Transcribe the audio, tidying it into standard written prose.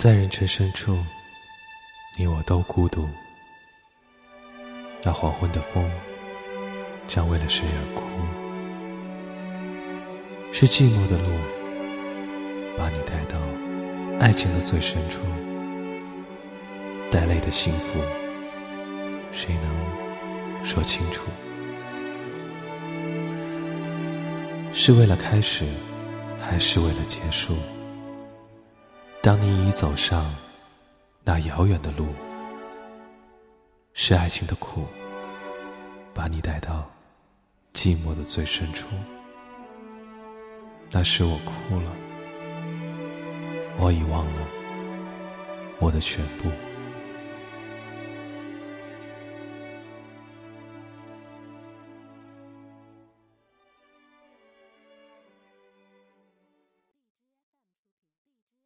在人群深处，你我都孤独。那黄昏的风将为了谁而哭？是寂寞的路把你带到爱情的最深处，带泪的幸福谁能说清楚？是为了开始还是为了结束？当你已走上那遥远的路，是爱情的苦把你带到寂寞的最深处。那时我哭了，我已忘了我的全部。